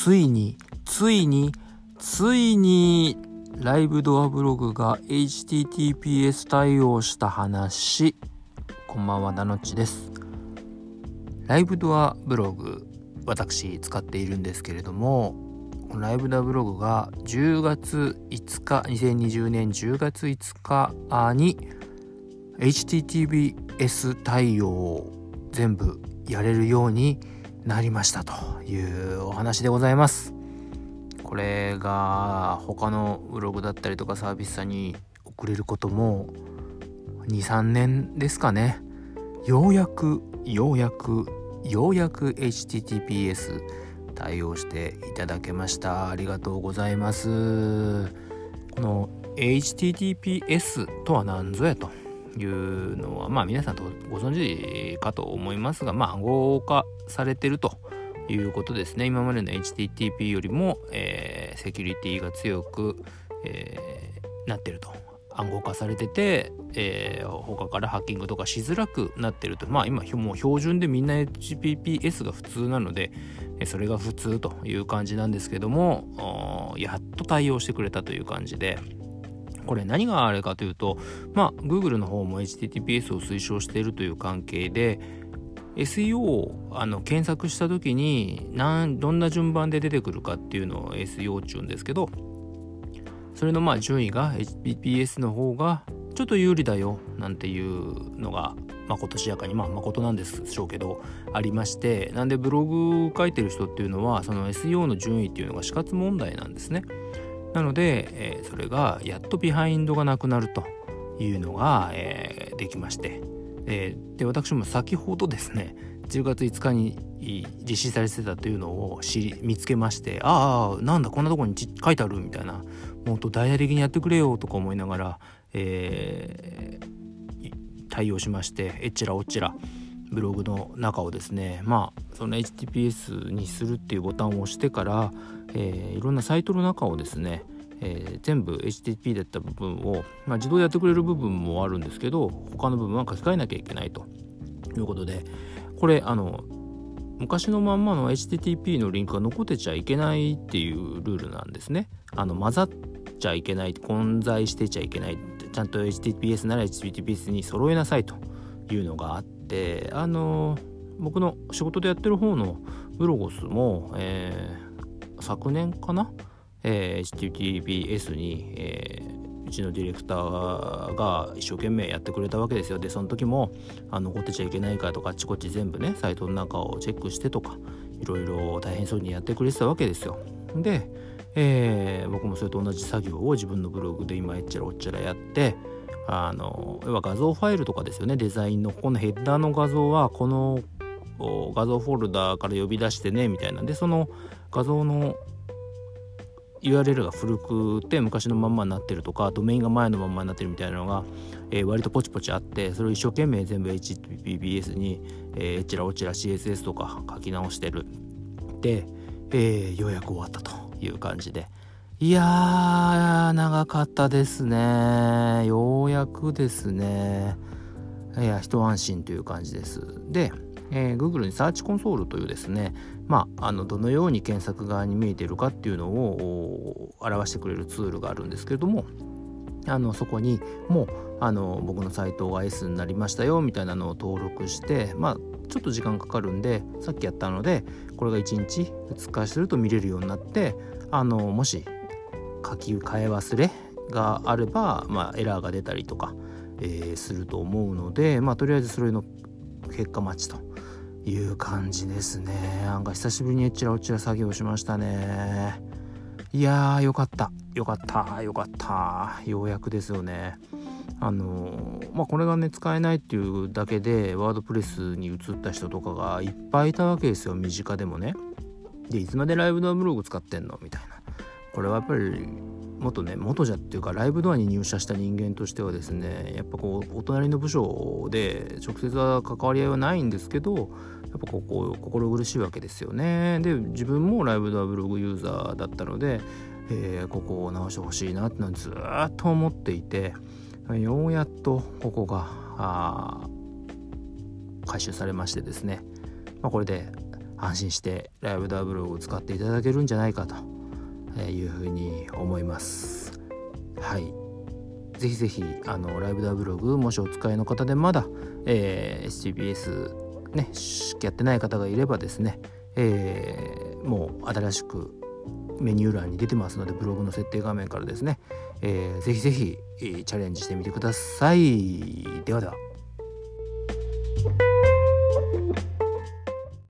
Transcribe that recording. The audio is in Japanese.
ついにライブドアブログが HTTPS 対応した話。こんばんは、ダノッチです。ライブドアブログ、私使っているんですけれども、このライブドアブログが10月5日2020年10月5日に HTTPS 対応を全部やれるようになりましたというお話でございます。これが他のブログだったりとかサービスさんに送れることも 2,3 年ですかね。ようやく HTTPS 対応していただけました。ありがとうございます。この HTTPS とは何ぞやというのは、皆さんとご存知かと思いますが、暗号化されているということですね。今までの HTTP よりも、セキュリティが強く、なっていると。暗号化されてて、他からハッキングとかしづらくなっていると。今もう標準でみんな HTTPS が普通なので、それが普通という感じなんですけども、やっと対応してくれたという感じで、これ何があれかというと、Google の方も HTTPS を推奨しているという関係で、SEO を検索した時にどんな順番で出てくるかっていうのを SEO っていうんですけど、それの順位が HTTPS の方がちょっと有利だよなんていうのが誠しやかに誠なんでしょうけどありまして、なんでブログ書いてる人っていうのはその SEO の順位っていうのが死活問題なんですね。なので、それがやっとビハインドがなくなるというのが、できまして、で私も先ほどですね10月5日に実施されてたというのを見つけまして、なんだこんなところに書いてあるみたいな、もっと大々的にやってくれよとか思いながら、対応しまして、えっちらおっちらブログの中をですね、その HTTPS にするっていうボタンを押してから、いろんなサイトの中をですね、全部 HTTP だった部分を、自動でやってくれる部分もあるんですけど、他の部分は書き換えなきゃいけないということで、これ昔のまんまの HTTP のリンクが残ってちゃいけないっていうルールなんですね。混ざっちゃいけない、混在してちゃいけないって、ちゃんと HTTPS なら HTTPS に揃えなさいというのがあって、僕の仕事でやってる方のブロゴスも、昨年かな、HTTPS に、うちのディレクターが一生懸命やってくれたわけですよ。でその時も残ってちゃいけないかとか、あっちこっち全部ねサイトの中をチェックしてとか、いろいろ大変そうにやってくれてたわけですよ。で、僕もそれと同じ作業を自分のブログで今えっちゃらおっちゃらやって、要は画像ファイルとかですよね。デザインのここのヘッダーの画像はこの画像フォルダから呼び出してねみたいな。でその画像のURL が古くて昔のまんまになってるとか、ドメインが前のまんまになってるみたいなのが、割とポチポチあって、それを一生懸命全部 HTTPS に、えちらおちら CSS とか書き直してるで、ようやく終わったという感じで、いやー長かったですね。ようやくですね。一安心という感じです。でGoogle にサーチコンソールというですね、どのように検索側に見えているかっていうのを表してくれるツールがあるんですけれども、そこにもう僕のサイトが S になりましたよみたいなのを登録して、ちょっと時間かかるんで、さっきやったのでこれが1日2日すると見れるようになって、もし書き換え忘れがあれば、エラーが出たりとか、すると思うので、とりあえずそれの結果待ちという感じですね。久しぶりにえっちらおっちら作業しましたね。いやーよかったようやくですよね。これがね使えないっていうだけでワードプレスに移った人とかがいっぱいいたわけですよ。身近でもね。でいつまでライブドアブログ使ってんのみたいな。これはやっぱり元じゃっていうか、ライブドアに入社した人間としてはですね、やっぱお隣の部署で直接は関わり合いはないんですけど、やっぱ心苦しいわけですよね。で自分もライブドアブログユーザーだったので、ここを直してほしいなってのはずっと思っていて、ようやっとここが回収されましてですね、これで安心してライブドアブログを使っていただけるんじゃないかというふうに思います。はい、ぜひぜひライブドアブログもしお使いの方でまだ、HTTPS ねやってない方がいればですね、もう新しくメニュー欄に出てますので、ブログの設定画面からですね、ぜひぜひチャレンジしてみてください。ではでは。